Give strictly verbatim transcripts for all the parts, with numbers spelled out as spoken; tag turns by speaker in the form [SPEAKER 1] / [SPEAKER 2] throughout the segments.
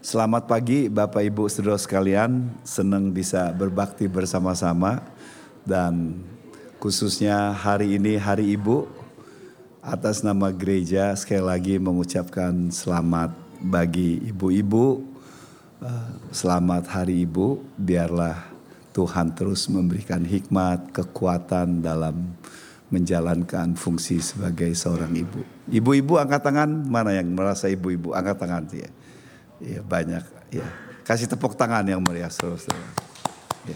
[SPEAKER 1] Selamat pagi Bapak Ibu Saudara sekalian, senang bisa berbakti bersama-sama dan khususnya hari ini Hari Ibu. Atas nama gereja sekali lagi mengucapkan selamat bagi ibu-ibu, selamat Hari Ibu. Biarlah Tuhan terus memberikan hikmat, kekuatan dalam menjalankan fungsi sebagai seorang ibu. Ibu-ibu angkat tangan, mana yang merasa ibu-ibu angkat tangan ya. Ya banyak ya. Kasih tepuk tangan yang meriah saudara-saudara. Ya.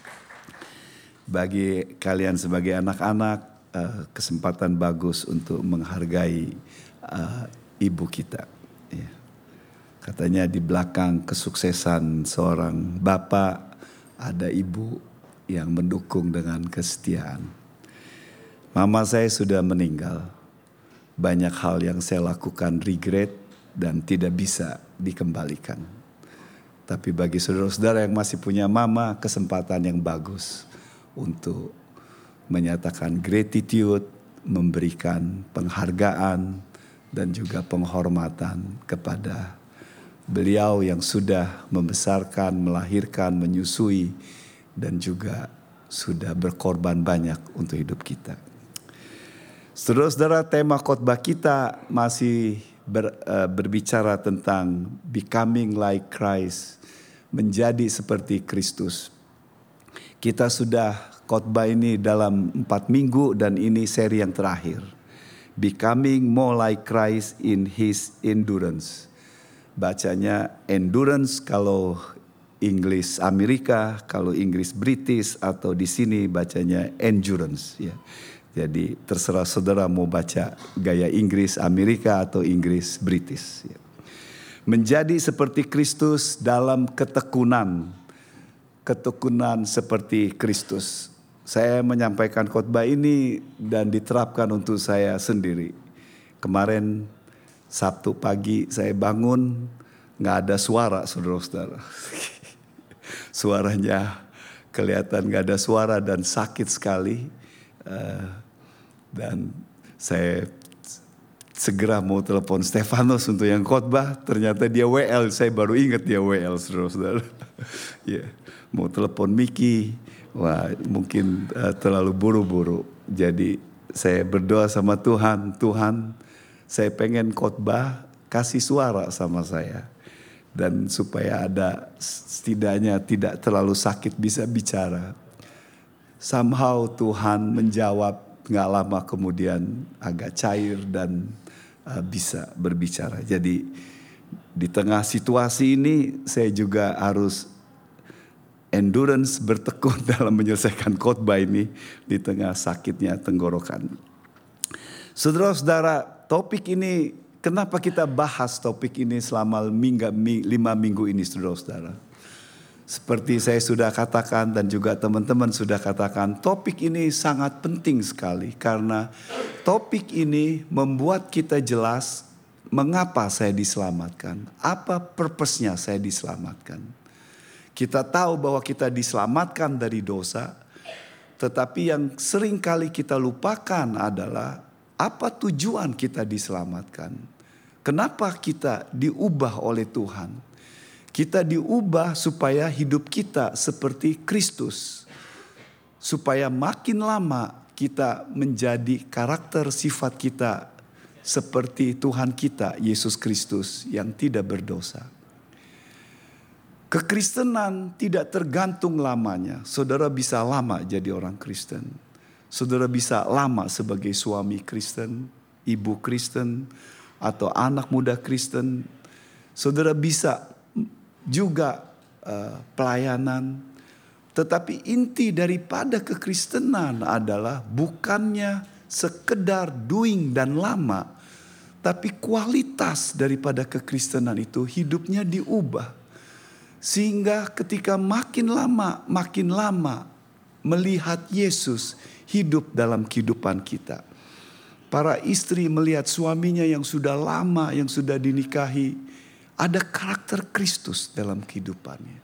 [SPEAKER 1] Bagi kalian sebagai anak-anak uh, kesempatan bagus untuk menghargai uh, ibu kita. Ya. Katanya di belakang kesuksesan seorang bapak ada ibu yang mendukung dengan kesetiaan. Mama saya sudah meninggal. Banyak hal yang saya lakukan regret dan tidak bisa dikembalikan. Tapi bagi saudara-saudara yang masih punya mama, kesempatan yang bagus untuk menyatakan gratitude, memberikan penghargaan dan juga penghormatan kepada beliau yang sudah membesarkan, melahirkan, menyusui dan juga sudah berkorban banyak untuk hidup kita. Saudara-saudara, tema khotbah kita masih ber, uh, berbicara tentang becoming like Christ, menjadi seperti Kristus. Kita sudah khotbah ini dalam empat minggu dan ini seri yang terakhir. Becoming more like Christ in His endurance. Bacanya endurance kalau Inggris Amerika, kalau Inggris British, atau di sini bacanya endurance ya. Jadi terserah saudara mau baca gaya Inggris Amerika atau Inggris British. Menjadi seperti Kristus dalam ketekunan. Ketekunan seperti Kristus. Saya menyampaikan khotbah ini dan diterapkan untuk saya sendiri. Kemarin Sabtu pagi saya bangun, gak ada suara saudara-saudara. Suaranya kelihatan gak ada suara dan sakit sekali. Uh, dan saya segera mau telepon Stefanus untuk yang khotbah. Ternyata dia W L, saya baru ingat dia W L saudara-saudara. Ya, mau telepon Miki, wah mungkin uh, terlalu buru-buru. Jadi saya berdoa sama Tuhan, Tuhan saya pengen khotbah, kasih suara sama saya. Dan supaya ada setidaknya tidak terlalu sakit bisa bicara. Somehow Tuhan menjawab, gak lama kemudian agak cair dan uh, bisa berbicara. Jadi di tengah situasi ini saya juga harus endurance, bertekun dalam menyelesaikan khotbah ini di tengah sakitnya tenggorokan. Saudara-saudara, topik ini, kenapa kita bahas topik ini selama minggu, lima minggu ini saudara-saudara? Seperti saya sudah katakan dan juga teman-teman sudah katakan, topik ini sangat penting sekali karena topik ini membuat kita jelas mengapa saya diselamatkan, apa purpose-nya saya diselamatkan. Kita tahu bahwa kita diselamatkan dari dosa, tetapi yang sering kali kita lupakan adalah apa tujuan kita diselamatkan. Kenapa kita diubah oleh Tuhan? Kita diubah supaya hidup kita seperti Kristus. Supaya makin lama kita menjadi karakter sifat kita seperti Tuhan kita, Yesus Kristus yang tidak berdosa. Kekristenan tidak tergantung lamanya. Saudara bisa lama jadi orang Kristen. Saudara bisa lama sebagai suami Kristen, ibu Kristen, atau anak muda Kristen. Saudara bisa juga uh, pelayanan. Tetapi inti daripada kekristenan adalah bukannya sekedar doing dan lama, tapi kualitas daripada kekristenan itu hidupnya diubah. Sehingga ketika makin lama, makin lama melihat Yesus hidup dalam kehidupan kita. Para istri melihat suaminya yang sudah lama, yang sudah dinikahi, ada karakter Kristus dalam kehidupannya.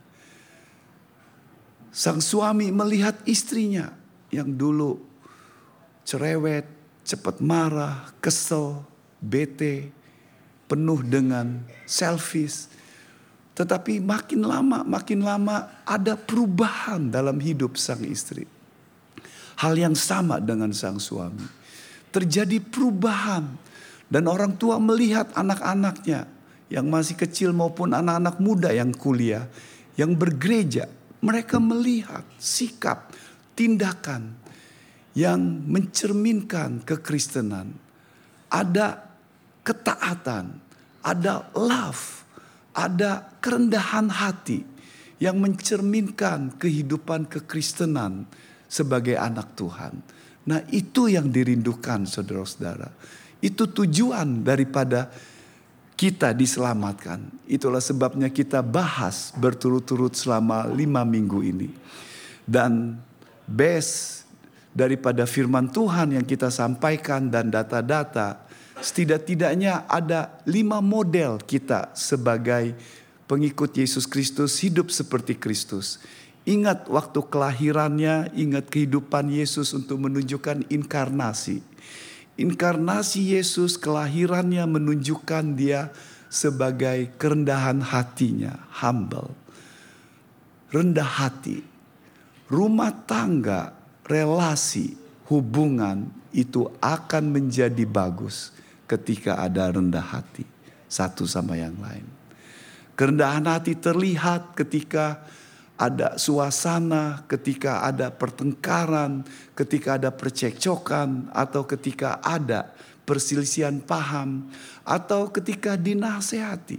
[SPEAKER 1] Sang suami melihat istrinya yang dulu cerewet, cepat marah, kesel, bete, penuh dengan selfish. Tetapi makin lama, makin lama ada perubahan dalam hidup sang istri. Hal yang sama dengan sang suami. Terjadi perubahan. Dan orang tua melihat anak-anaknya yang masih kecil maupun anak-anak muda yang kuliah, yang bergereja. Mereka melihat sikap, tindakan yang mencerminkan kekristenan. Ada ketaatan, ada love, ada kerendahan hati yang mencerminkan kehidupan kekristenan sebagai anak Tuhan. Nah, itu yang dirindukan saudara-saudara. Itu tujuan daripada kita diselamatkan. Itulah sebabnya kita bahas berturut-turut selama lima minggu ini. Dan base daripada firman Tuhan yang kita sampaikan dan data-data, setidak-tidaknya ada lima model kita sebagai pengikut Yesus Kristus hidup seperti Kristus. Ingat waktu kelahirannya, ingat kehidupan Yesus untuk menunjukkan inkarnasi. Inkarnasi Yesus, kelahirannya menunjukkan dia sebagai kerendahan hatinya, humble. Rendah hati. Rumah tangga, relasi, hubungan itu akan menjadi bagus ketika ada rendah hati satu sama yang lain. Kerendahan hati terlihat ketika ada suasana, ketika ada pertengkaran, ketika ada percekcokan, atau ketika ada perselisihan paham, atau ketika dinasehati.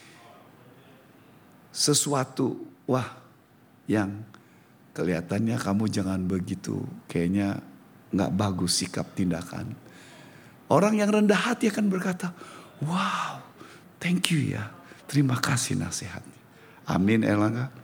[SPEAKER 1] Sesuatu, wah, yang kelihatannya kamu jangan begitu, kayaknya gak bagus sikap tindakan. Orang yang rendah hati akan berkata, wow, thank you ya, terima kasih nasihatnya. Amin, Erlangga.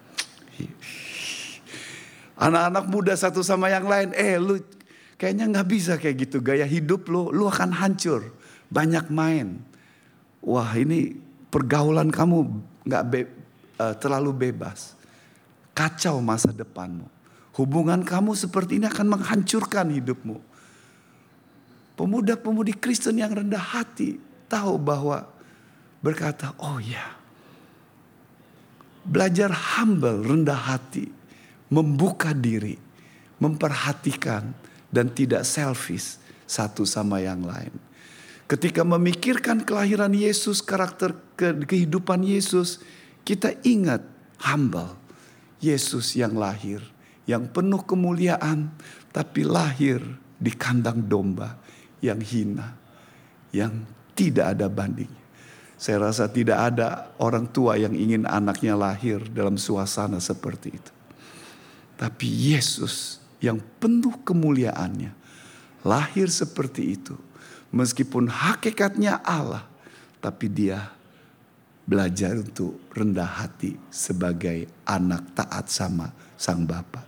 [SPEAKER 1] Anak-anak muda satu sama yang lain, eh lu kayaknya gak bisa kayak gitu, gaya hidup lu, lu akan hancur. Banyak main. Wah, ini pergaulan kamu gak be, uh, terlalu bebas. Kacau masa depanmu. Hubungan kamu seperti ini akan menghancurkan hidupmu. Pemuda-pemudi Kristen yang rendah hati tahu bahwa berkata, oh ya, belajar humble, rendah hati, membuka diri, memperhatikan dan tidak selfish satu sama yang lain. Ketika memikirkan kelahiran Yesus, karakter ke- kehidupan Yesus, kita ingat humble. Yesus yang lahir, yang penuh kemuliaan, tapi lahir di kandang domba yang hina, yang tidak ada bandingnya. Saya rasa tidak ada orang tua yang ingin anaknya lahir dalam suasana seperti itu. Tapi Yesus yang penuh kemuliaannya lahir seperti itu. Meskipun hakikatnya Allah, tapi dia belajar untuk rendah hati sebagai anak taat sama sang Bapa.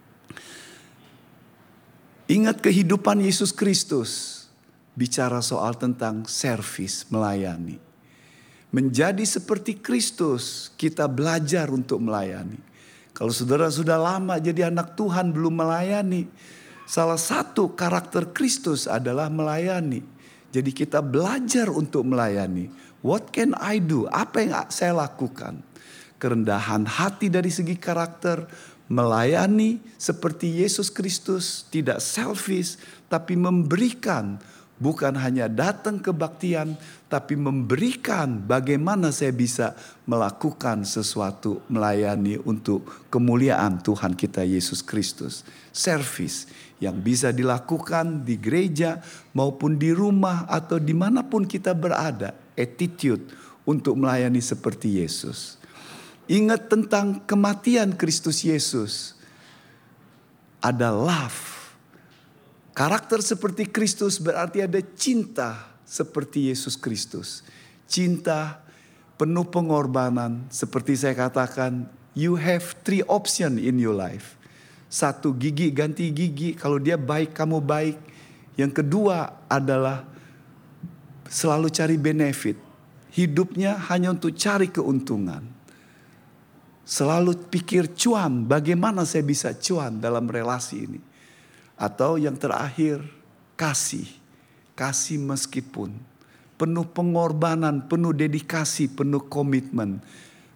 [SPEAKER 1] Ingat kehidupan Yesus Kristus bicara soal tentang servis, melayani. Menjadi seperti Kristus, kita belajar untuk melayani. Kalau saudara sudah lama jadi anak Tuhan belum melayani, salah satu karakter Kristus adalah melayani. Jadi kita belajar untuk melayani. What can I do? Apa yang saya lakukan? Kerendahan hati dari segi karakter, melayani seperti Yesus Kristus, tidak selfish, tapi memberikan. Bukan hanya datang kebaktian, tapi memberikan bagaimana saya bisa melakukan sesuatu, melayani untuk kemuliaan Tuhan kita Yesus Kristus. Service yang bisa dilakukan di gereja maupun di rumah atau dimanapun kita berada. Attitude untuk melayani seperti Yesus. Ingat tentang kematian Kristus Yesus. Ada love. Karakter seperti Kristus berarti ada cinta seperti Yesus Kristus. Cinta penuh pengorbanan. Seperti saya katakan, you have three option in your life. Satu, gigi ganti gigi. Kalau dia baik, kamu baik. Yang kedua adalah selalu cari benefit. Hidupnya hanya untuk cari keuntungan. Selalu pikir cuan, bagaimana saya bisa cuan dalam relasi ini. Atau yang terakhir, kasih. Kasih meskipun. Penuh pengorbanan, penuh dedikasi, penuh komitmen.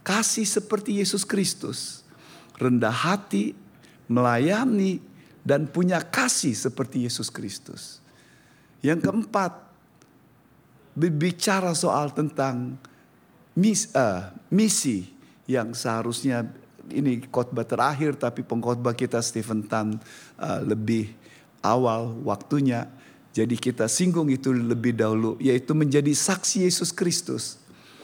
[SPEAKER 1] kasih seperti Yesus Kristus. Rendah hati, melayani, dan punya kasih seperti Yesus Kristus. Yang keempat, berbicara soal tentang mis, uh, misi yang seharusnya ini khotbah terakhir, tapi pengkhotbah kita Stephen Tan uh, lebih awal waktunya. Jadi kita singgung itu lebih dahulu, yaitu menjadi saksi Yesus Kristus.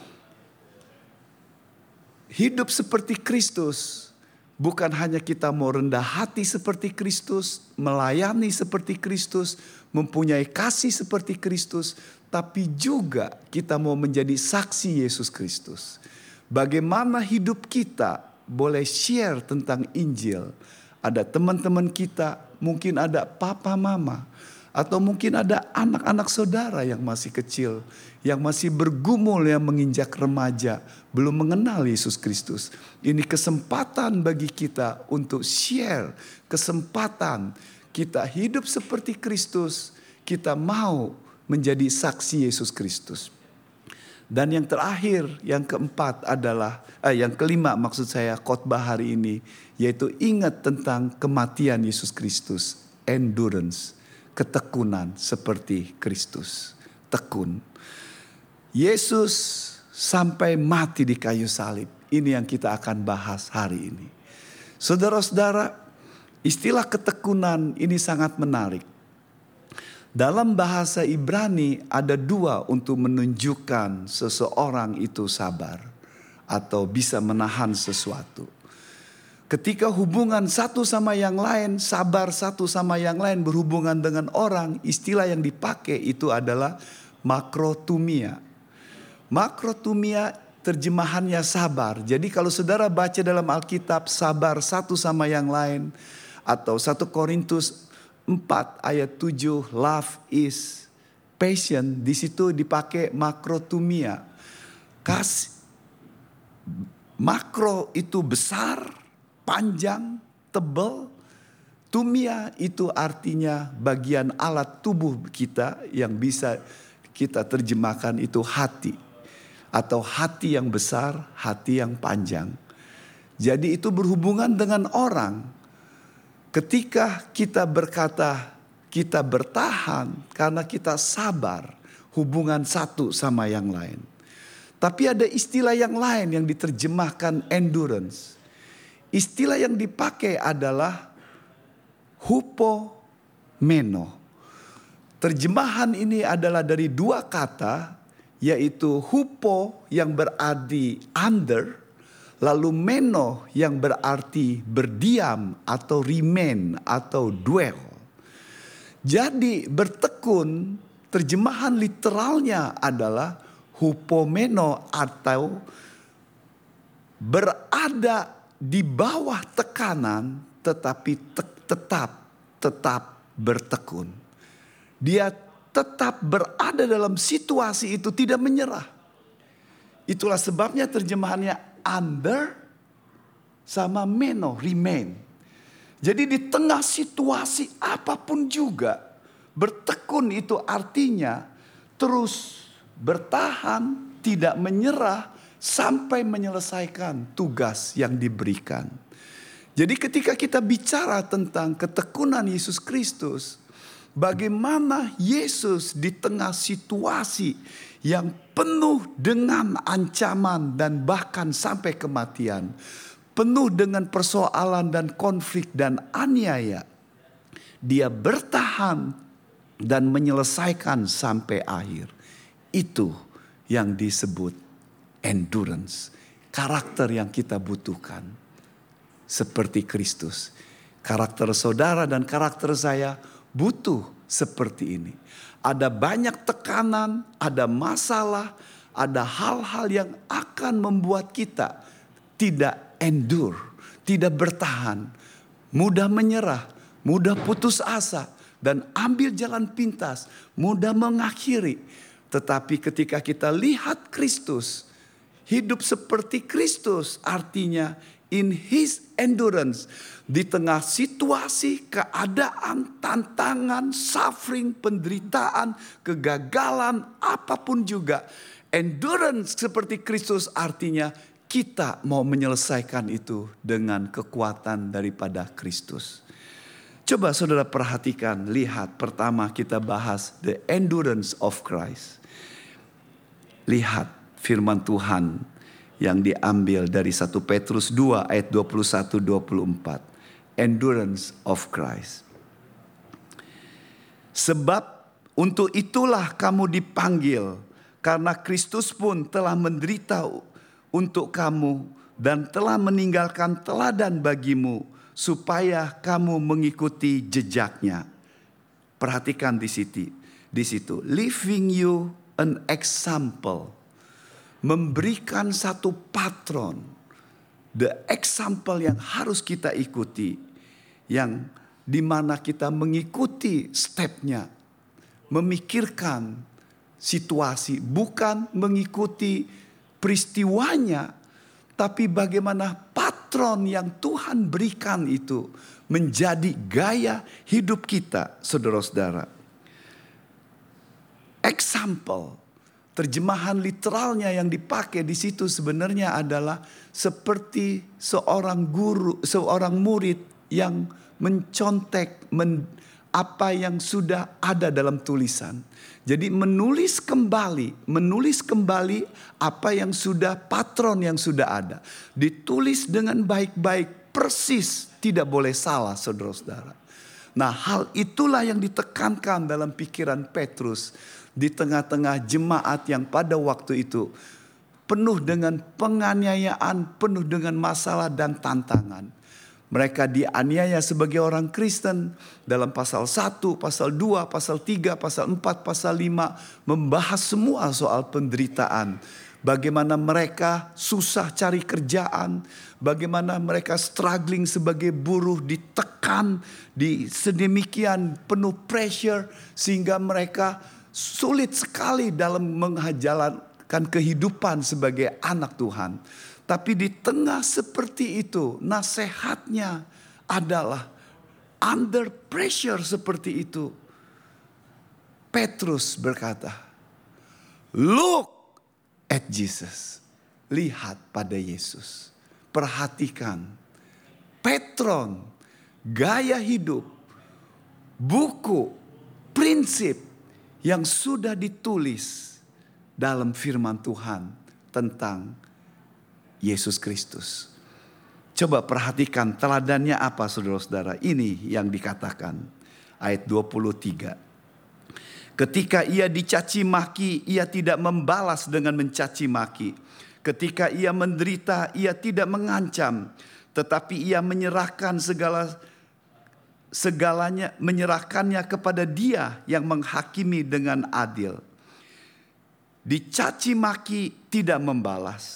[SPEAKER 1] Hidup seperti Kristus bukan hanya kita mau rendah hati seperti Kristus, melayani seperti Kristus, mempunyai kasih seperti Kristus, tapi juga kita mau menjadi saksi Yesus Kristus. Bagaimana hidup kita boleh share tentang Injil. Ada teman-teman kita, mungkin ada papa mama, atau mungkin ada anak-anak saudara yang masih kecil, yang masih bergumul, yang menginjak remaja, belum mengenal Yesus Kristus. Ini kesempatan bagi kita untuk share, kesempatan kita hidup seperti Kristus, kita mau menjadi saksi Yesus Kristus. Dan yang terakhir, yang keempat adalah, eh, yang kelima maksud saya khotbah hari ini, yaitu ingat tentang kematian Yesus Kristus, endurance, ketekunan seperti Kristus, tekun. Yesus sampai mati di kayu salib. Ini yang kita akan bahas hari ini. Saudara-saudara, istilah ketekunan ini sangat menarik. Dalam bahasa Ibrani ada dua untuk menunjukkan seseorang itu sabar atau bisa menahan sesuatu. Ketika hubungan satu sama yang lain, sabar satu sama yang lain berhubungan dengan orang, istilah yang dipakai itu adalah makrotumia. Makrotumia terjemahannya sabar. Jadi kalau saudara baca dalam Alkitab sabar satu sama yang lain, atau satu Korintus empat ayat tujuh, love is patient, di situ dipakai makrotumia. Kasih, makro itu besar, panjang, tebal. Tumia itu artinya bagian alat tubuh kita yang bisa kita terjemahkan itu hati. Atau hati yang besar, hati yang panjang. Jadi itu berhubungan dengan orang. Ketika kita berkata kita bertahan karena kita sabar, hubungan satu sama yang lain. Tapi ada istilah yang lain yang diterjemahkan endurance. Istilah yang dipakai adalah hupomeno. Terjemahan ini adalah dari dua kata, yaitu hupo yang berarti under, lalu meno yang berarti berdiam atau remain atau dwell. Jadi bertekun, terjemahan literalnya adalah hupomeno atau berada di bawah tekanan tetapi te- tetap tetap bertekun. Dia tetap berada dalam situasi itu, tidak menyerah. Itulah sebabnya terjemahannya under sama meno, remain. Jadi di tengah situasi apapun juga, bertekun itu artinya terus bertahan, tidak menyerah sampai menyelesaikan tugas yang diberikan. Jadi ketika kita bicara tentang ketekunan Yesus Kristus, bagaimana Yesus di tengah situasi yang penuh dengan ancaman dan bahkan sampai kematian, penuh dengan persoalan dan konflik dan aniaya, dia bertahan dan menyelesaikan sampai akhir. Itu yang disebut endurance, karakter yang kita butuhkan seperti Kristus. Karakter saudara dan karakter saya butuh seperti ini. Ada banyak tekanan, ada masalah, ada hal-hal yang akan membuat kita tidak endure, tidak bertahan, mudah menyerah, mudah putus asa, dan ambil jalan pintas, mudah mengakhiri. Tetapi ketika kita lihat Kristus, hidup seperti Kristus artinya in his endurance, di tengah situasi, keadaan, tantangan, suffering, penderitaan, kegagalan, apapun juga. Endurance seperti Kristus artinya kita mau menyelesaikan itu dengan kekuatan daripada Kristus. Coba saudara perhatikan, lihat pertama kita bahas the endurance of Christ. Lihat firman Tuhan yang diambil dari satu Petrus dua ayat dua puluh satu sampai dua puluh empat. Endurance of Christ. Sebab untuk itulah kamu dipanggil, karena Kristus pun telah menderita untuk kamu dan telah meninggalkan teladan bagimu, supaya kamu mengikuti jejaknya. Perhatikan di situ, di situ, leaving you an example, memberikan satu patron, the example yang harus kita ikuti, yang dimana kita mengikuti stepnya, memikirkan situasi, bukan mengikuti peristiwanya, tapi bagaimana patron yang Tuhan berikan itu menjadi gaya hidup kita, saudara-saudara. Example, terjemahan literalnya yang dipakai di situ sebenarnya adalah seperti seorang guru, seorang murid yang mencontek men, apa yang sudah ada dalam tulisan. Jadi menulis kembali, menulis kembali apa yang sudah, patron yang sudah ada. Ditulis dengan baik-baik, persis, tidak boleh salah, saudara-saudara. Nah, hal itulah yang ditekankan dalam pikiran Petrus di tengah-tengah jemaat yang pada waktu itu penuh dengan penganiayaan, penuh dengan masalah dan tantangan. Mereka dianiaya sebagai orang Kristen dalam pasal satu, pasal dua, pasal tiga, pasal empat, pasal lima. Membahas semua soal penderitaan. Bagaimana mereka susah cari kerjaan. Bagaimana mereka struggling sebagai buruh, ditekan, di sedemikian penuh pressure. Sehingga mereka sulit sekali dalam menjalankan kehidupan sebagai anak Tuhan. Tapi di tengah seperti itu, nasihatnya adalah under pressure seperti itu. Petrus berkata, look at Jesus. Lihat pada Yesus. Perhatikan. Patron, gaya hidup, buku, prinsip yang sudah ditulis dalam firman Tuhan tentang Yesus Kristus. Coba perhatikan teladannya apa, saudara-saudara. Ini yang dikatakan ayat dua puluh tiga. Ketika ia dicaci maki, ia tidak membalas dengan mencaci maki. Ketika ia menderita, ia tidak mengancam, tetapi ia menyerahkan segala segalanya, menyerahkannya kepada Dia yang menghakimi dengan adil. Dicaci maki, tidak membalas.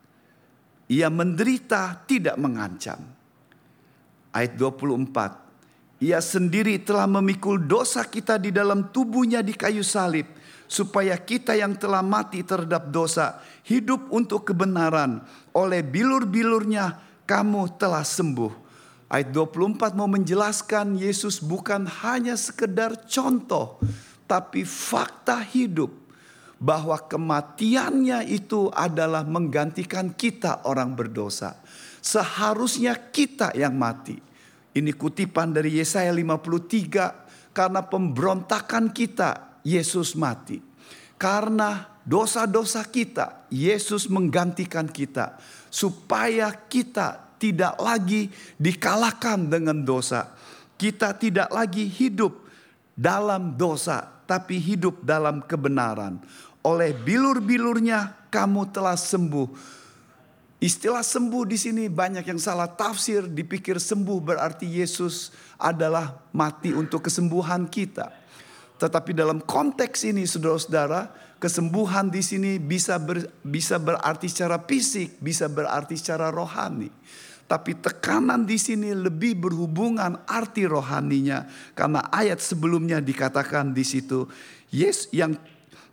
[SPEAKER 1] Ia menderita, tidak mengancam. Ayat dua puluh empat. Ia sendiri telah memikul dosa kita di dalam tubuhnya di kayu salib, supaya kita yang telah mati terhadap dosa hidup untuk kebenaran. Oleh bilur-bilurnya kamu telah sembuh. Ayat dua puluh empat mau menjelaskan Yesus bukan hanya sekedar contoh, tapi fakta hidup. Bahwa kematiannya itu adalah menggantikan kita orang berdosa. Seharusnya kita yang mati. Ini kutipan dari Yesaya lima puluh tiga. Karena pemberontakan kita, Yesus mati. Karena dosa-dosa kita, Yesus menggantikan kita. Supaya kita tidak lagi dikalahkan dengan dosa. Kita tidak lagi hidup dalam dosa, tapi hidup dalam kebenaran. Oleh bilur-bilurnya kamu telah sembuh. Istilah sembuh di sini banyak yang salah tafsir, dipikir sembuh berarti Yesus adalah mati untuk kesembuhan kita. Tetapi dalam konteks ini, saudara-saudara, kesembuhan di sini bisa ber, bisa berarti secara fisik, bisa berarti secara rohani. Tapi tekanan di sini lebih berhubungan arti rohaninya, karena ayat sebelumnya dikatakan di situ, Yes, yang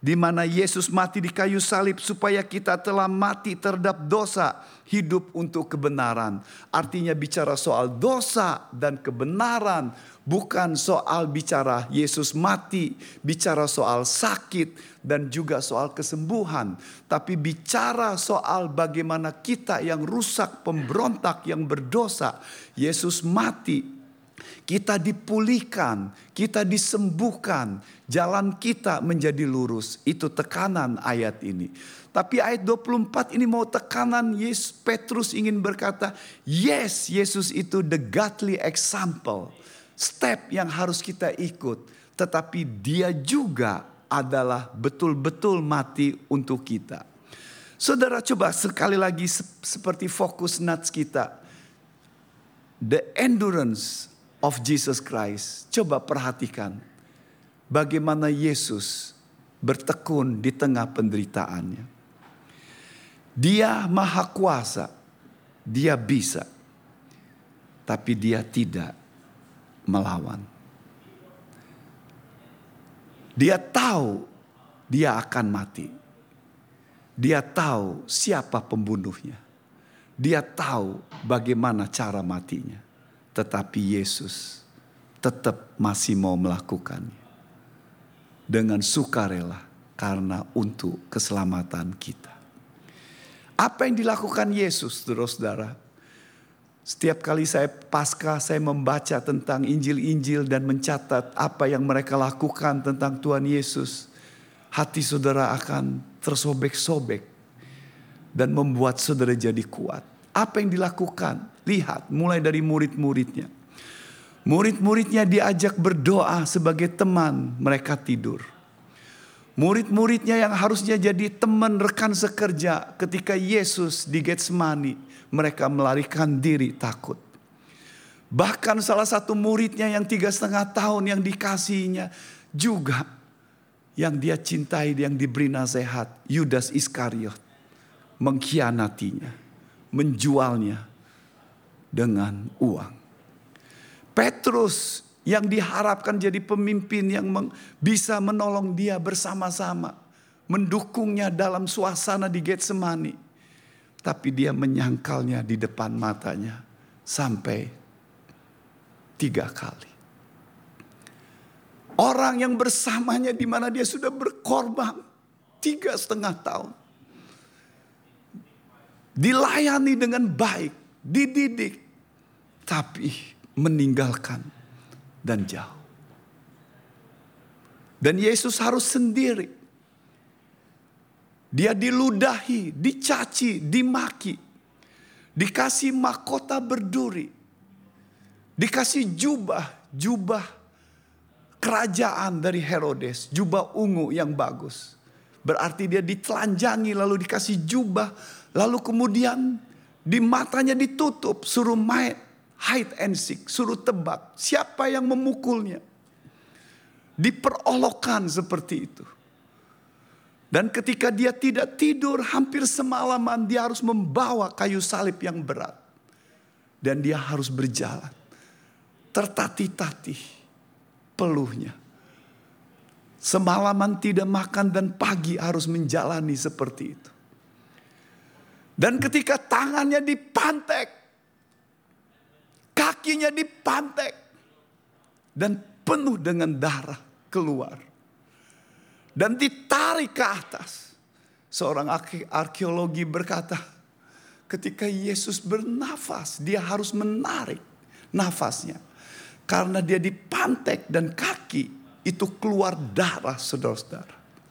[SPEAKER 1] di mana Yesus mati di kayu salib supaya kita telah mati terhadap dosa, hidup untuk kebenaran. Artinya bicara soal dosa dan kebenaran, bukan soal bicara Yesus mati, bicara soal sakit dan juga soal kesembuhan. Tapi bicara soal bagaimana kita yang rusak, pemberontak, yang berdosa, Yesus mati. Kita dipulihkan, kita disembuhkan, jalan kita menjadi lurus. Itu tekanan ayat ini. Tapi ayat dua puluh empat ini mau tekanan. Yesus, Petrus ingin berkata, yes, Yesus itu the godly example. Step yang harus kita ikut. Tetapi dia juga adalah betul-betul mati untuk kita. Saudara, coba sekali lagi seperti fokus nats kita. The endurance of Jesus Christ. Coba perhatikan bagaimana Yesus bertekun di tengah penderitaannya. Dia maha kuasa, dia bisa, tapi dia tidak melawan. Dia tahu dia akan mati. Dia tahu siapa pembunuhnya. Dia tahu bagaimana cara matinya. Tetapi Yesus tetap masih mau melakukannya. Dengan sukarela karena untuk keselamatan kita. Apa yang dilakukan Yesus, saudara-saudara? Setiap kali saya pasca saya membaca tentang Injil-Injil dan mencatat apa yang mereka lakukan tentang Tuhan Yesus. Hati saudara akan tersobek-sobek dan membuat saudara jadi kuat. Apa yang dilakukan? Lihat, mulai dari murid-muridnya. Murid-muridnya diajak berdoa sebagai teman, mereka tidur. Murid-muridnya yang harusnya jadi teman rekan sekerja ketika Yesus di Getsemani, mereka melarikan diri takut. Bahkan salah satu muridnya yang tiga setengah tahun yang dikasihinya juga yang dia cintai, yang diberi nasihat, Yudas Iskariot, mengkhianatinya, menjualnya dengan uang. Petrus yang diharapkan jadi pemimpin yang bisa menolong dia bersama-sama, mendukungnya dalam suasana di Getsemani, tapi dia menyangkalnya di depan matanya sampai tiga kali. Orang yang bersamanya di mana dia sudah berkorban tiga setengah tahun, dilayani dengan baik, dididik, tapi meninggalkan dan jauh. Dan Yesus harus sendiri. Dia diludahi, dicaci, dimaki. Dikasih mahkota berduri. Dikasih jubah, jubah kerajaan dari Herodes. Jubah ungu yang bagus. Berarti dia ditelanjangi lalu dikasih jubah. Lalu kemudian di matanya ditutup, suruh main hide and seek, suruh tebak siapa yang memukulnya. Diperolokkan seperti itu. Dan ketika dia tidak tidur hampir semalaman, dia harus membawa kayu salib yang berat. Dan dia harus berjalan tertatih-tatih peluhnya. Semalaman tidak makan dan pagi harus menjalani seperti itu. Dan ketika tangannya dipantek, kakinya dipantek, dan penuh dengan darah keluar. Dan ditarik ke atas. Seorang arkeologi berkata, ketika Yesus bernafas, dia harus menarik nafasnya. Karena dia dipantek dan kaki itu keluar darah, saudara-saudara.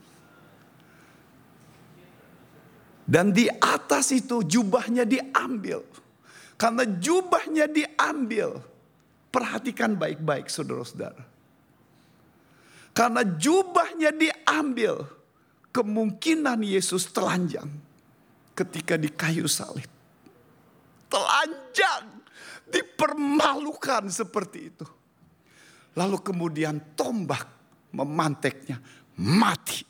[SPEAKER 1] Dan di atas itu jubahnya diambil. Karena jubahnya diambil. Perhatikan baik-baik saudara-saudara. Karena jubahnya diambil. Kemungkinan Yesus telanjang. Ketika di kayu salib. Telanjang. Dipermalukan seperti itu. Lalu kemudian tombak memanteknya. Mati.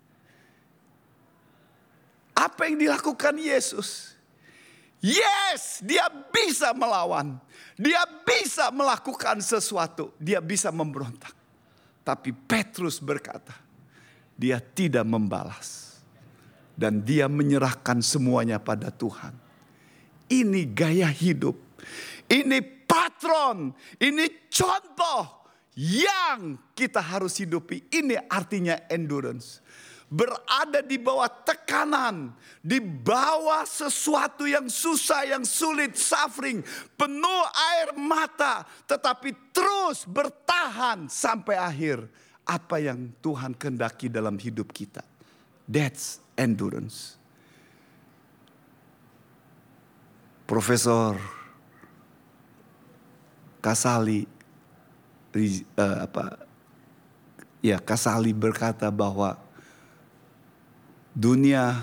[SPEAKER 1] Apa yang dilakukan Yesus? Yes, dia bisa melawan. Dia bisa melakukan sesuatu. Dia bisa memberontak. Tapi Petrus berkata, dia tidak membalas. Dan dia menyerahkan semuanya pada Tuhan. Ini gaya hidup. Ini patron. Ini contoh yang kita harus hidupi. Ini artinya endurance. Berada di bawah tekanan, di bawah sesuatu yang susah, yang sulit, suffering, penuh air mata, tetapi terus bertahan sampai akhir apa yang Tuhan kehendaki dalam hidup kita. That's endurance. Profesor Kasali, uh, apa, ya Kasali berkata bahwa dunia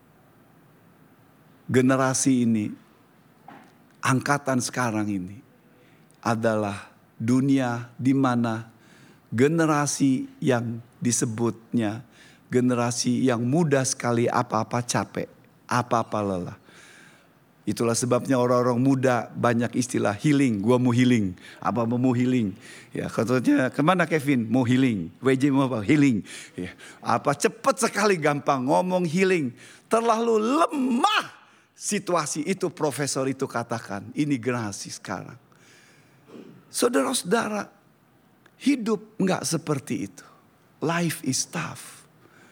[SPEAKER 1] generasi ini, angkatan sekarang ini adalah dunia di mana generasi yang disebutnya generasi yang mudah sekali apa-apa capek, apa-apa lelah. Itulah sebabnya orang-orang muda banyak istilah healing, gua mau healing, apa mau healing. Ya, katanya kemana Kevin? Mau healing. W J mau apa? Healing. Ya, apa cepat sekali gampang ngomong healing. Terlalu lemah situasi itu, profesor itu katakan. Ini generasi sekarang. Saudara-saudara, hidup enggak seperti itu. Life is tough.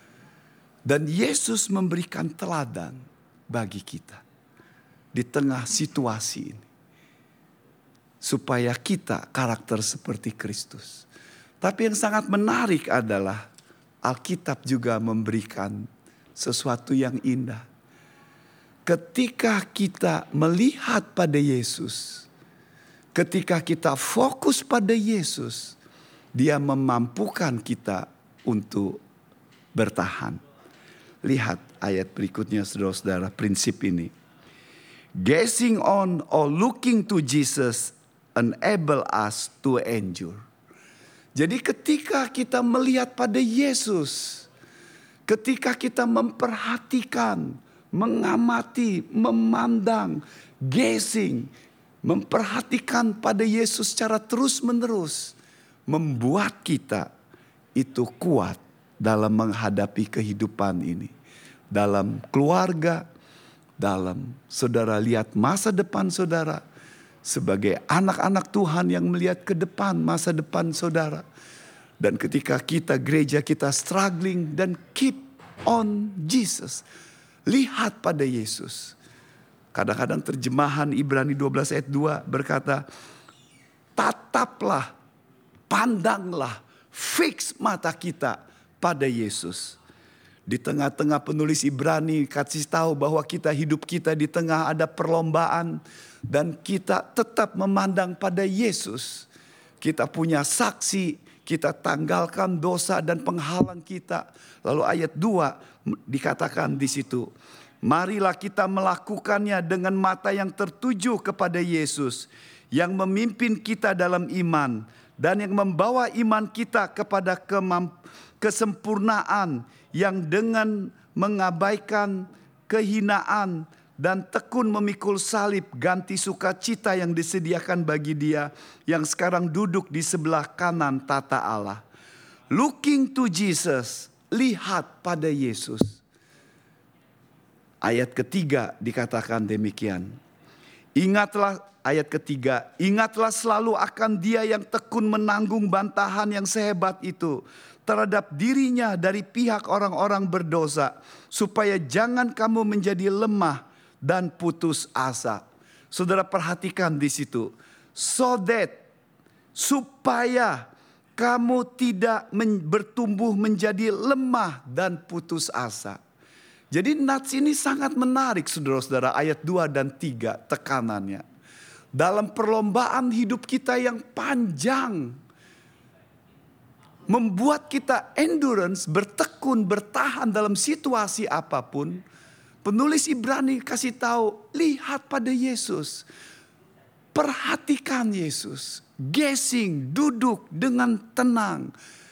[SPEAKER 1] Dan Yesus memberikan teladan bagi kita di tengah situasi ini, supaya kita karakter seperti Kristus. Tapi yang sangat menarik adalah Alkitab juga memberikan sesuatu yang indah. Ketika kita melihat pada Yesus, ketika kita fokus pada Yesus, Dia memampukan kita untuk bertahan. Lihat ayat berikutnya, saudara-saudara, prinsip ini. Gazing on or looking to Jesus enable us to endure. Jadi ketika kita melihat pada Yesus, ketika kita memperhatikan, mengamati, memandang, gazing, memperhatikan pada Yesus secara terus-menerus, membuat kita itu kuat dalam menghadapi kehidupan ini. Dalam keluarga, dalam saudara lihat masa depan saudara, sebagai anak-anak Tuhan yang melihat ke depan masa depan saudara. Dan ketika kita gereja kita struggling dan keep on Jesus, lihat pada Yesus. Kadang-kadang terjemahan Ibrani dua belas ayat dua berkata, tataplah, pandanglah, fix mata kita pada Yesus. Di tengah-tengah penulis Ibrani kasih tahu bahwa kita hidup kita di tengah ada perlombaan. Dan kita tetap memandang pada Yesus. Kita punya saksi, kita tanggalkan dosa dan penghalang kita. Lalu ayat dua dikatakan di situ. Marilah kita melakukannya dengan mata yang tertuju kepada Yesus. Yang memimpin kita dalam iman. Dan yang membawa iman kita kepada kemamp- kesempurnaan. Yang dengan mengabaikan kehinaan dan tekun memikul salib, ganti sukacita yang disediakan bagi Dia yang sekarang duduk di sebelah kanan tata Allah. Looking to Jesus, lihat pada Yesus. Ayat ketiga dikatakan demikian. Ingatlah, ayat ketiga, ingatlah selalu akan Dia yang tekun menanggung bantahan yang sehebat itu terhadap dirinya dari pihak orang-orang berdosa, supaya jangan kamu menjadi lemah dan putus asa. Saudara perhatikan di situ, so that, supaya kamu tidak men- bertumbuh menjadi lemah dan putus asa. Jadi nats ini sangat menarik, saudara-saudara, ayat dua dan tiga tekanannya. Dalam perlombaan hidup kita yang panjang, membuat kita endurance, bertekun, bertahan dalam situasi apapun. Penulis Ibrani kasih tahu, lihat pada Yesus. Perhatikan Yesus. Gazing, duduk dengan tenang.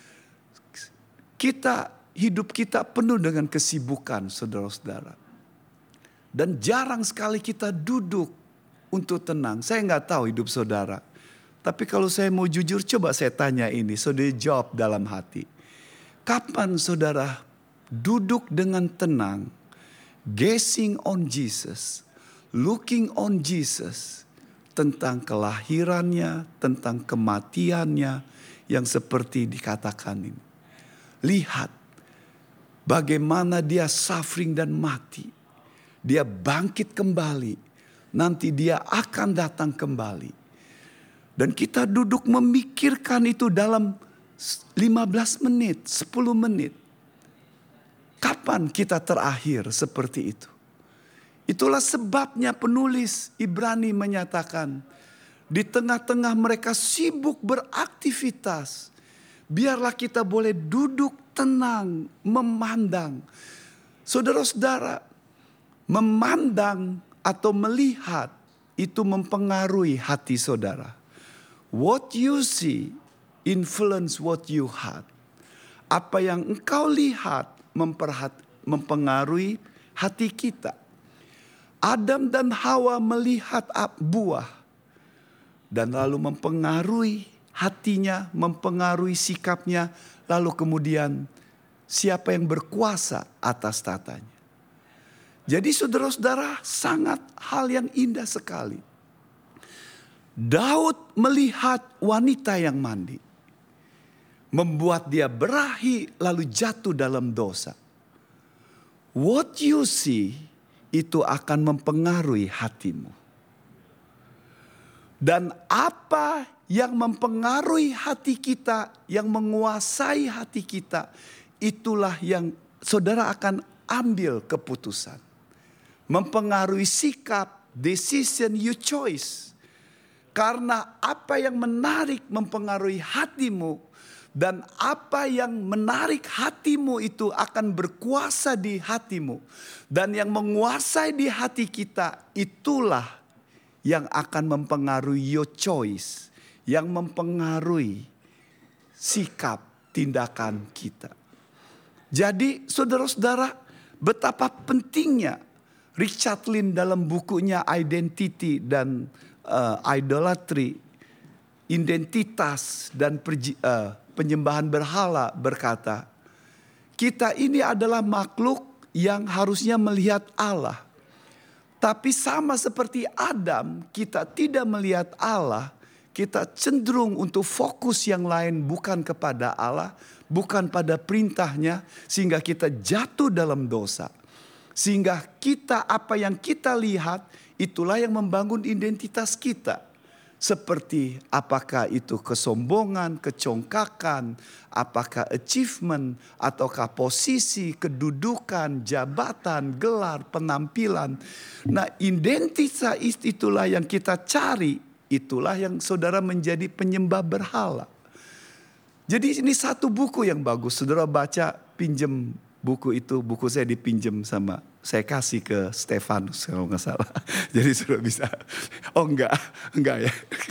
[SPEAKER 1] Kita, hidup kita penuh dengan kesibukan, saudara-saudara. Dan jarang sekali kita duduk untuk tenang. Saya nggak tahu hidup saudara. Tapi kalau saya mau jujur, coba saya tanya ini, saudara jawab dalam hati. Kapan saudara duduk dengan tenang, gazing on Jesus, looking on Jesus, tentang kelahirannya, tentang kematiannya yang seperti dikatakan ini. Lihat bagaimana dia suffering dan mati. Dia bangkit kembali. Nanti dia akan datang kembali. Dan kita duduk memikirkan itu dalam lima belas menit, sepuluh menit. Kapan kita terakhir seperti itu? Itulah sebabnya penulis Ibrani menyatakan, di tengah-tengah mereka sibuk beraktivitas, biarlah kita boleh duduk tenang, memandang. Saudara-saudara, memandang atau melihat itu mempengaruhi hati saudara. What you see influence what you heard. Apa yang engkau lihat memperhat, mempengaruhi hati kita. Adam dan Hawa melihat buah dan lalu mempengaruhi hatinya, mempengaruhi sikapnya, lalu kemudian siapa yang berkuasa atas tatanya. Jadi saudara-saudara, sangat hal yang indah sekali. Daud melihat wanita yang mandi, membuat dia berahi lalu jatuh dalam dosa. What you see itu akan mempengaruhi hatimu. Dan apa yang mempengaruhi hati kita, yang menguasai hati kita, itulah yang saudara akan ambil keputusan. Mempengaruhi sikap, decision you choice. Karena apa yang menarik mempengaruhi hatimu, dan apa yang menarik hatimu itu akan berkuasa di hatimu. Dan yang menguasai di hati kita itulah yang akan mempengaruhi your choice. Yang mempengaruhi sikap tindakan kita. Jadi saudara-saudara, betapa pentingnya Richard Lynn dalam bukunya Identity dan uh, Idolatry, Identitas dan perji, uh, Penyembahan berhala berkata, kita ini adalah makhluk yang harusnya melihat Allah. Tapi sama seperti Adam, kita tidak melihat Allah. Kita cenderung untuk fokus yang lain bukan kepada Allah, bukan pada perintahnya, sehingga kita jatuh dalam dosa. Sehingga kita, apa yang kita lihat, itulah yang membangun identitas kita. Seperti apakah itu kesombongan, kecongkakan, apakah achievement, ataukah posisi, kedudukan, jabatan, gelar, penampilan. Nah, identitas itulah yang kita cari, itulah yang saudara menjadi penyembah berhala. Jadi ini satu buku yang bagus, saudara baca, pinjem buku itu, buku saya dipinjam sama, saya kasih ke Stefanus kalau nggak salah. Jadi sudah bisa. Oh enggak, enggak ya.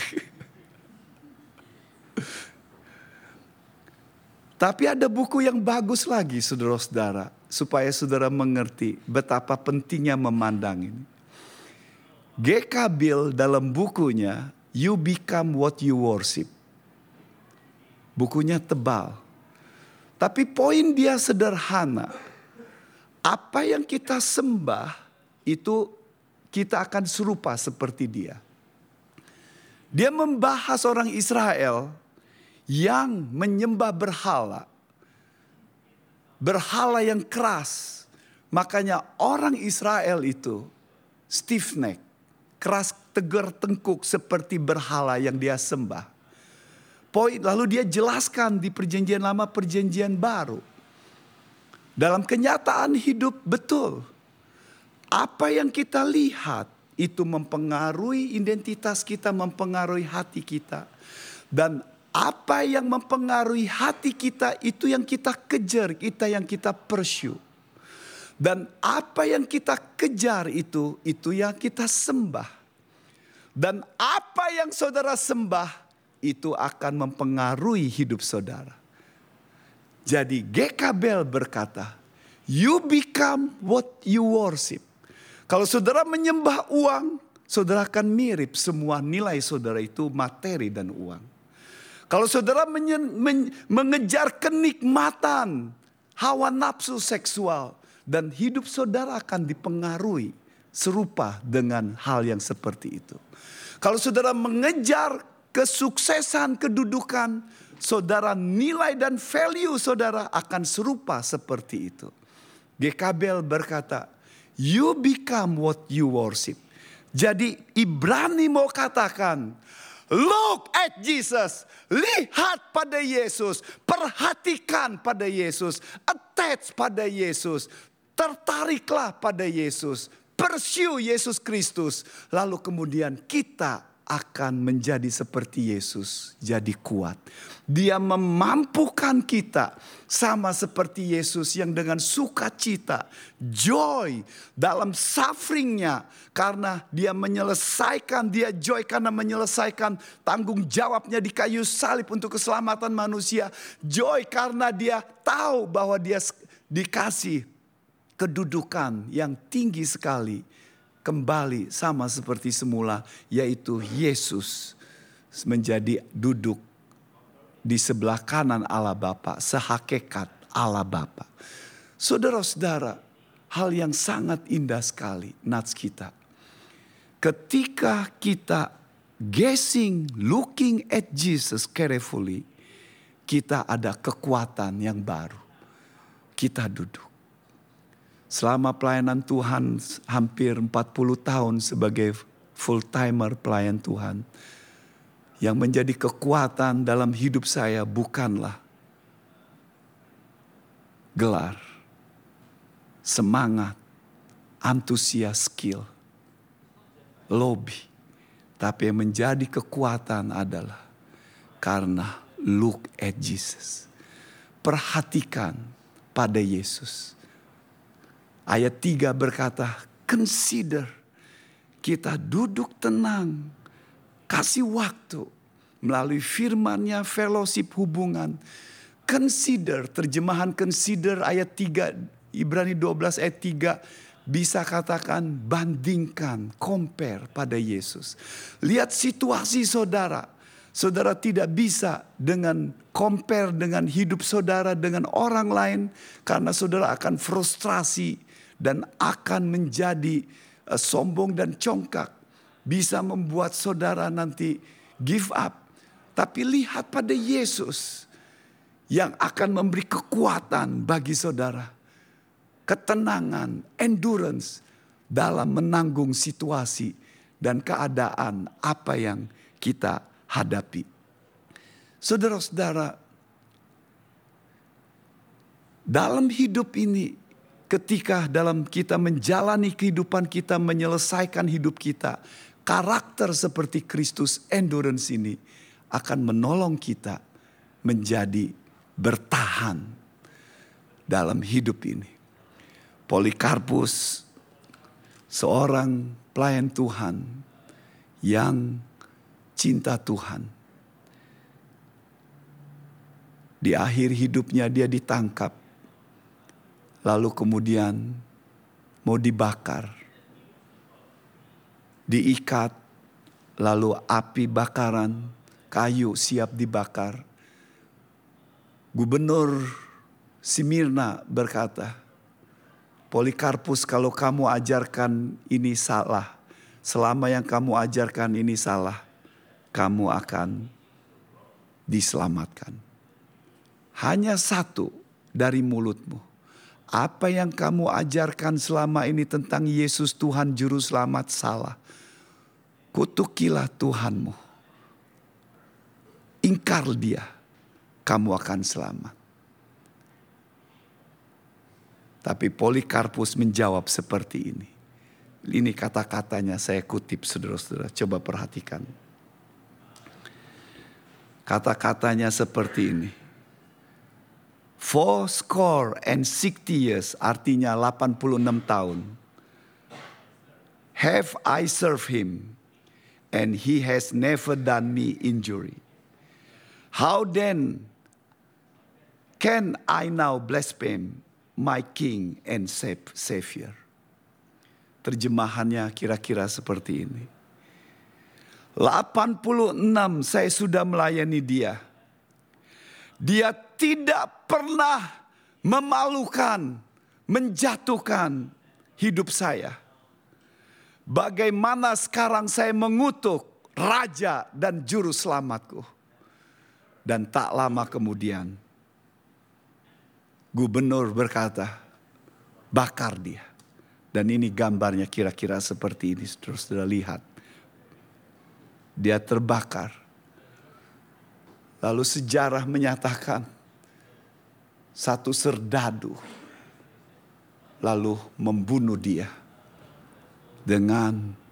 [SPEAKER 1] Tapi ada buku yang bagus lagi saudara-saudara. Supaya saudara mengerti betapa pentingnya memandang ini. G K Bill dalam bukunya You Become What You Worship. Bukunya tebal. Tapi poin dia sederhana. Apa yang kita sembah itu kita akan serupa seperti dia. Dia membahas orang Israel yang menyembah berhala. Berhala yang keras. Makanya orang Israel itu stiff neck. Keras tegar tengkuk seperti berhala yang dia sembah. Poin, lalu dia jelaskan di perjanjian lama, perjanjian baru. Dalam kenyataan hidup betul. Apa yang kita lihat itu mempengaruhi identitas kita, mempengaruhi hati kita. Dan apa yang mempengaruhi hati kita itu yang kita kejar, kita yang kita pursue. Dan apa yang kita kejar itu, itu yang kita sembah. Dan apa yang saudara sembah, itu akan mempengaruhi hidup saudara. Jadi G K Bell berkata, you become what you worship. Kalau saudara menyembah uang, saudara akan mirip semua nilai saudara itu materi dan uang. Kalau saudara menyen, men, mengejar kenikmatan, hawa nafsu seksual, dan hidup saudara akan dipengaruhi serupa dengan hal yang seperti itu. Kalau saudara mengejar kesuksesan, kedudukan, saudara nilai dan value saudara akan serupa seperti itu. Gekabel berkata, you become what you worship. Jadi Ibrani mau katakan, look at Jesus. Lihat pada Yesus. Perhatikan pada Yesus. Attach pada Yesus. Tertariklah pada Yesus. Pursue Yesus Kristus. Lalu kemudian kita akan menjadi seperti Yesus. Jadi kuat. Dia memampukan kita sama seperti Yesus yang dengan sukacita, joy dalam sufferingnya. Karena dia menyelesaikan, dia joy karena menyelesaikan tanggung jawabnya di kayu salib untuk keselamatan manusia. Joy karena dia tahu bahwa dia dikasih kedudukan yang tinggi sekali. Kembali sama seperti semula, yaitu Yesus menjadi duduk di sebelah kanan Allah Bapa, sehakikat Allah Bapa. Saudara-saudara, hal yang sangat indah sekali nats kita. Ketika kita gazing, looking at Jesus carefully, kita ada kekuatan yang baru. Kita duduk. Selama pelayanan Tuhan hampir empat puluh tahun sebagai full timer pelayan Tuhan. Yang menjadi kekuatan dalam hidup saya bukanlah gelar, semangat, antusias, skill, lobby. Tapi yang menjadi kekuatan adalah karena look at Jesus. Perhatikan pada Yesus. Ayat tiga berkata, consider. Kita duduk tenang, kasih waktu melalui firman-Nya, fellowship, hubungan. Consider, terjemahan consider ayat tiga, Ibrani dua belas ayat tiga. Bisa katakan bandingkan, compare pada Yesus. Lihat situasi saudara. Saudara tidak bisa dengan compare dengan hidup saudara dengan orang lain. Karena saudara akan frustrasi dan akan menjadi uh, sombong dan congkak. Bisa membuat saudara nanti give up. Tapi lihat pada Yesus yang akan memberi kekuatan bagi saudara. Ketenangan, endurance dalam menanggung situasi dan keadaan apa yang kita hadapi. Saudara-saudara, dalam hidup ini, ketika dalam kita menjalani kehidupan kita, menyelesaikan hidup kita, karakter seperti Kristus, endurance ini akan menolong kita menjadi bertahan dalam hidup ini. Polikarpus, seorang pelayan Tuhan yang cinta Tuhan. Di akhir hidupnya dia ditangkap. Lalu kemudian mau dibakar. Diikat. Lalu api bakaran, kayu siap dibakar. Gubernur Smyrna berkata, Polikarpus, kalau kamu ajarkan ini salah. Selama yang kamu ajarkan ini salah, kamu akan diselamatkan. Hanya satu dari mulutmu. Apa yang kamu ajarkan selama ini tentang Yesus Tuhan Juru Selamat salah. Kutukilah Tuhanmu. Ingkar dia, kamu akan selamat. Tapi Polikarpus menjawab seperti ini. Ini kata-katanya saya kutip saudara-saudara. Coba perhatikan. Kata-katanya seperti ini. Four score and sixty years, artinya delapan puluh enam tahun. Have I served him, and he has never done me injury. How then can I now blaspheme my King and Savior? Terjemahannya kira-kira seperti ini. delapan puluh enam saya sudah melayani dia. Dia tidak pernah memalukan, menjatuhkan hidup saya. Bagaimana sekarang saya mengutuk Raja dan Juru Selamatku. Dan tak lama kemudian, gubernur berkata, bakar dia. Dan ini gambarnya kira-kira seperti ini, saudara lihat. Dia terbakar. Lalu sejarah menyatakan, satu serdadu lalu membunuh dia dengan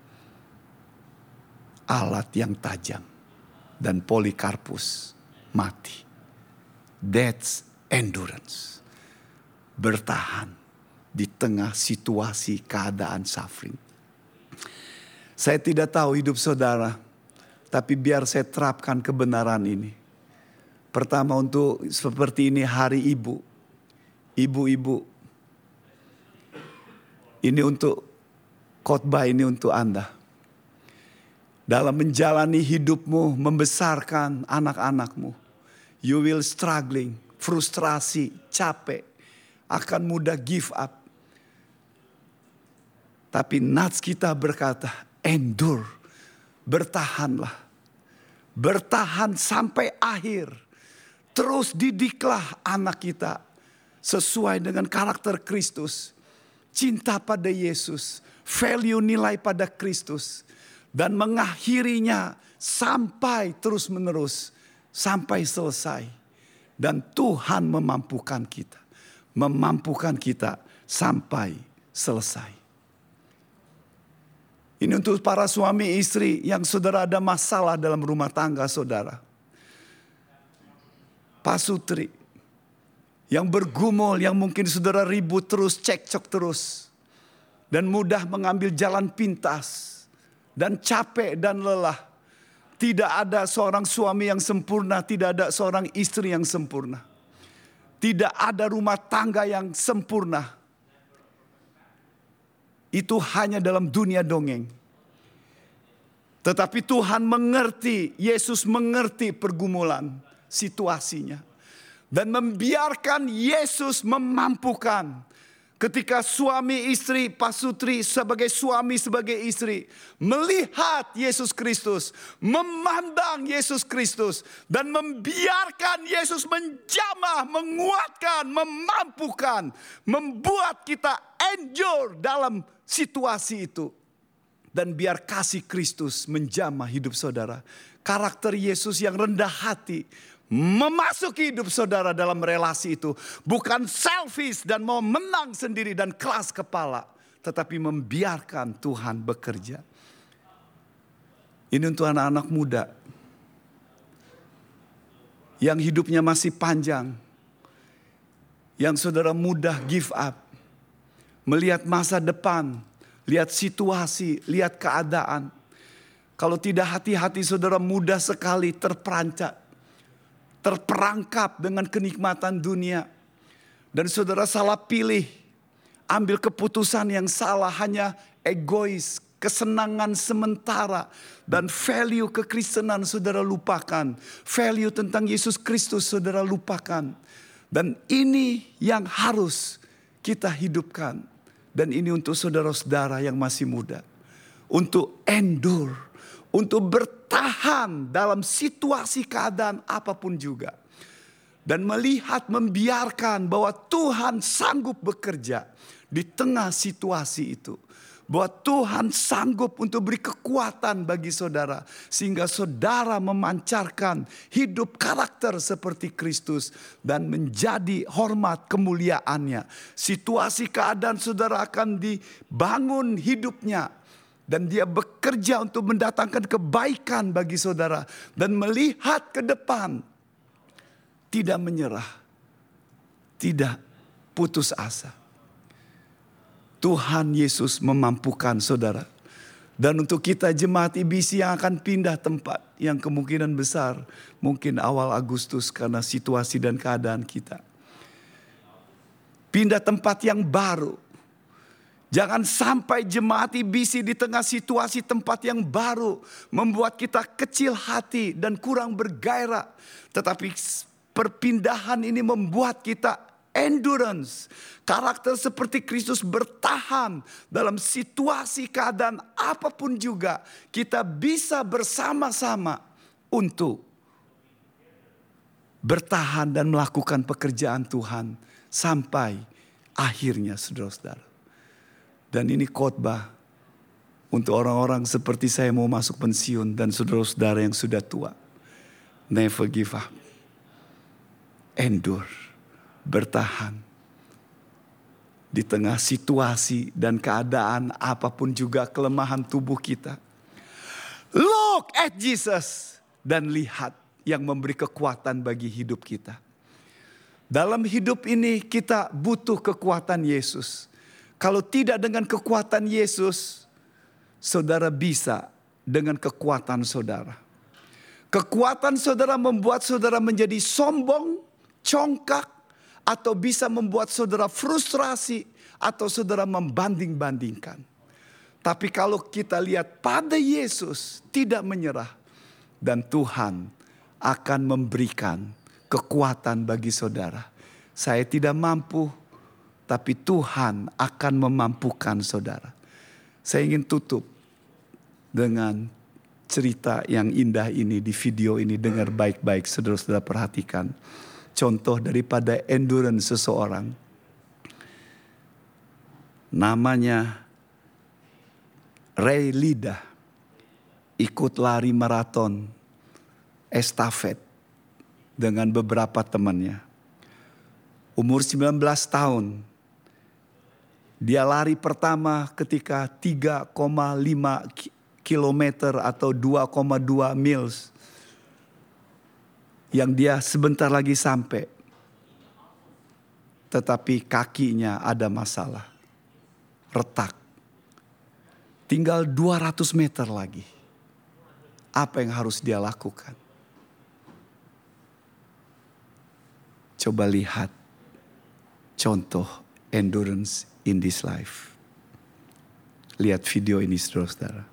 [SPEAKER 1] alat yang tajam, dan Polikarpus mati. That's endurance. Bertahan di tengah situasi keadaan suffering. Saya tidak tahu hidup saudara, tapi biar saya terapkan kebenaran ini. Pertama, untuk seperti ini hari ibu. Ibu-ibu. Ini untuk khotbah ini untuk Anda. Dalam menjalani hidupmu, membesarkan anak-anakmu. You will struggling, frustrasi, capek. Akan mudah give up. Tapi nats kita berkata, endure. Bertahanlah. Bertahan sampai akhir. Terus didiklah anak kita sesuai dengan karakter Kristus. Cinta pada Yesus, value nilai pada Kristus. Dan mengakhirinya sampai terus menerus, sampai selesai. Dan Tuhan memampukan kita. Memampukan kita sampai selesai. Ini untuk para suami istri yang saudara ada masalah dalam rumah tangga saudara. Pasutri yang bergumul, yang mungkin saudara ribut terus, cekcok terus. Dan mudah mengambil jalan pintas. Dan capek dan lelah. Tidak ada seorang suami yang sempurna, tidak ada seorang istri yang sempurna. Tidak ada rumah tangga yang sempurna. Itu hanya dalam dunia dongeng. Tetapi Tuhan mengerti, Yesus mengerti pergumulan situasinya. Dan membiarkan Yesus memampukan. Ketika suami istri, pasutri sebagai suami sebagai istri. Melihat Yesus Kristus. Memandang Yesus Kristus. Dan membiarkan Yesus menjamah, menguatkan, memampukan. Membuat kita endure dalam situasi itu. Dan biar kasih Kristus menjamah hidup saudara. Karakter Yesus yang rendah hati memasuki hidup saudara dalam relasi itu. Bukan selfish dan mau menang sendiri dan keras kepala. Tetapi membiarkan Tuhan bekerja. Ini untuk anak-anak muda. Yang hidupnya masih panjang. Yang saudara mudah give up. Melihat masa depan. Lihat situasi, lihat keadaan. Kalau tidak hati-hati saudara mudah sekali terperancat. Terperangkap dengan kenikmatan dunia. Dan saudara salah pilih. Ambil keputusan yang salah, hanya egois. Kesenangan sementara. Dan value kekristenan saudara lupakan. Value tentang Yesus Kristus saudara lupakan. Dan ini yang harus kita hidupkan. Dan ini untuk saudara-saudara yang masih muda. Untuk endure. Untuk bertahan dalam situasi keadaan apapun juga. Dan melihat, membiarkan bahwa Tuhan sanggup bekerja di tengah situasi itu. Bahwa Tuhan sanggup untuk beri kekuatan bagi saudara. Sehingga saudara memancarkan hidup karakter seperti Kristus. Dan menjadi hormat kemuliaannya. Situasi keadaan saudara akan dibangun hidupnya. Dan dia bekerja untuk mendatangkan kebaikan bagi saudara. Dan melihat ke depan. Tidak menyerah. Tidak putus asa. Tuhan Yesus memampukan saudara. Dan untuk kita jemaat I B C yang akan pindah tempat. Yang kemungkinan besar mungkin awal Agustus karena situasi dan keadaan kita. Pindah tempat yang baru. Jangan sampai jemaat I B C di tengah situasi tempat yang baru. Membuat kita kecil hati dan kurang bergairah. Tetapi perpindahan ini membuat kita endurance. Karakter seperti Kristus bertahan dalam situasi keadaan apapun juga. Kita bisa bersama-sama untuk bertahan dan melakukan pekerjaan Tuhan sampai akhirnya, saudara-saudara. Dan ini khotbah untuk orang-orang seperti saya mau masuk pensiun dan saudara-saudara yang sudah tua. Never give up. Endure. Bertahan. Di tengah situasi dan keadaan apapun juga kelemahan tubuh kita. Look at Jesus. Dan lihat yang memberi kekuatan bagi hidup kita. Dalam hidup ini kita butuh kekuatan Yesus. Kalau tidak dengan kekuatan Yesus, saudara bisa dengan kekuatan saudara. Kekuatan saudara membuat saudara menjadi sombong, congkak, atau bisa membuat saudara frustrasi, atau saudara membanding-bandingkan. Tapi kalau kita lihat pada Yesus, tidak menyerah. Dan Tuhan akan memberikan kekuatan bagi saudara. Saya tidak mampu, tapi Tuhan akan memampukan saudara. Saya ingin tutup dengan cerita yang indah ini di video ini. Dengar baik-baik, saudara-saudara, perhatikan. Contoh daripada endurance seseorang. Namanya Ray Lida. Ikut lari maraton estafet dengan beberapa temannya. Umur sembilan belas tahun. Dia lari pertama ketika tiga koma lima kilometer atau dua koma dua miles. Yang dia sebentar lagi sampai. Tetapi kakinya ada masalah. Retak. Tinggal dua ratus meter lagi. Apa yang harus dia lakukan? Coba lihat contoh endurance in this life. Lihat video ini, saudara-saudara.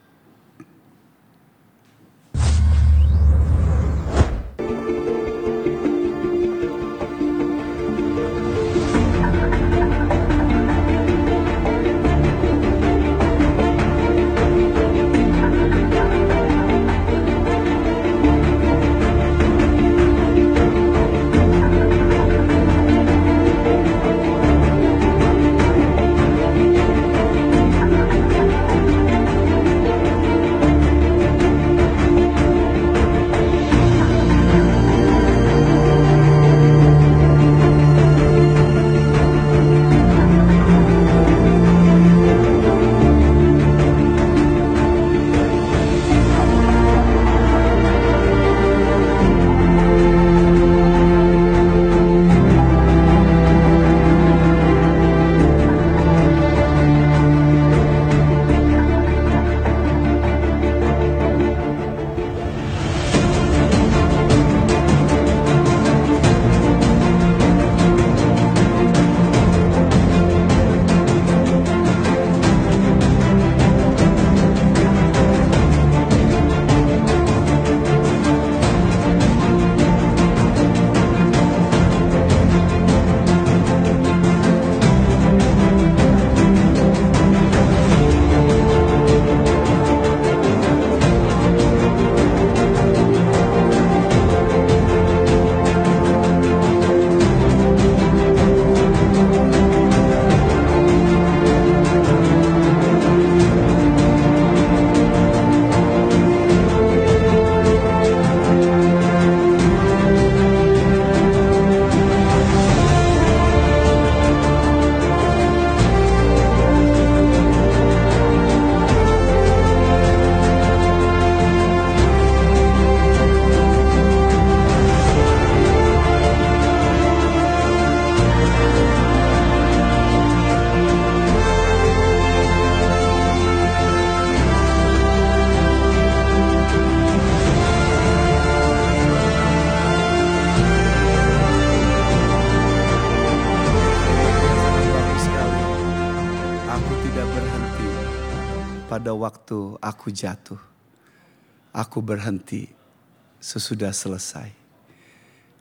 [SPEAKER 1] pada waktu aku jatuh. Aku berhenti sesudah selesai.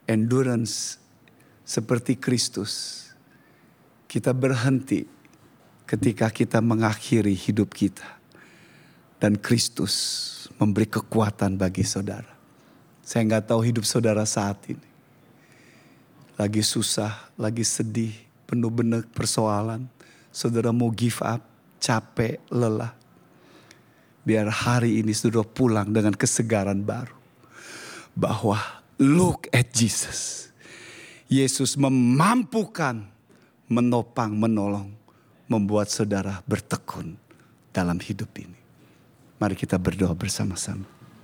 [SPEAKER 1] endurance seperti Kristus. Kita berhenti ketika kita mengakhiri hidup kita. Dan Kristus memberi kekuatan bagi saudara. Saya nggak tahu hidup saudara saat ini. Lagi susah, lagi sedih, penuh benak persoalan. Saudara mau give up, capek, lelah. Biar hari ini saudara pulang dengan kesegaran baru. Bahwa look at Jesus. Yesus memampukan, menopang, menolong. Membuat saudara bertekun dalam hidup ini. Mari kita berdoa bersama-sama.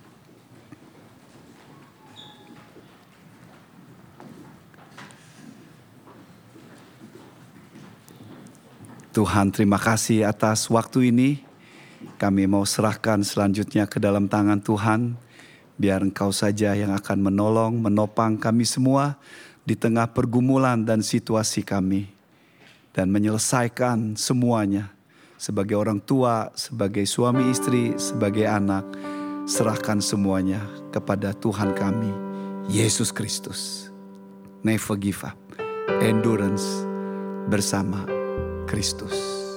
[SPEAKER 1] Tuhan, terima kasih atas waktu ini. Kami mau serahkan selanjutnya ke dalam tangan Tuhan. Biar Engkau saja yang akan menolong, menopang kami semua di tengah pergumulan dan situasi kami. Dan menyelesaikan semuanya. Sebagai orang tua, sebagai suami istri, sebagai anak, serahkan semuanya kepada Tuhan kami, Yesus Kristus. Never give up. Endurance bersama Kristus.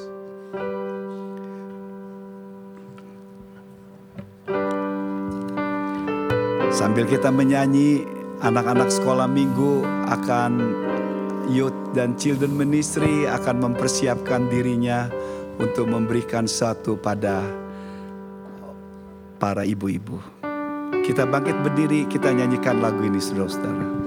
[SPEAKER 1] Sambil kita menyanyi, anak-anak sekolah minggu akan Youth dan Children Ministry akan mempersiapkan dirinya untuk memberikan satu pada para ibu-ibu. Kita bangkit berdiri, kita nyanyikan lagu ini saudara-saudara.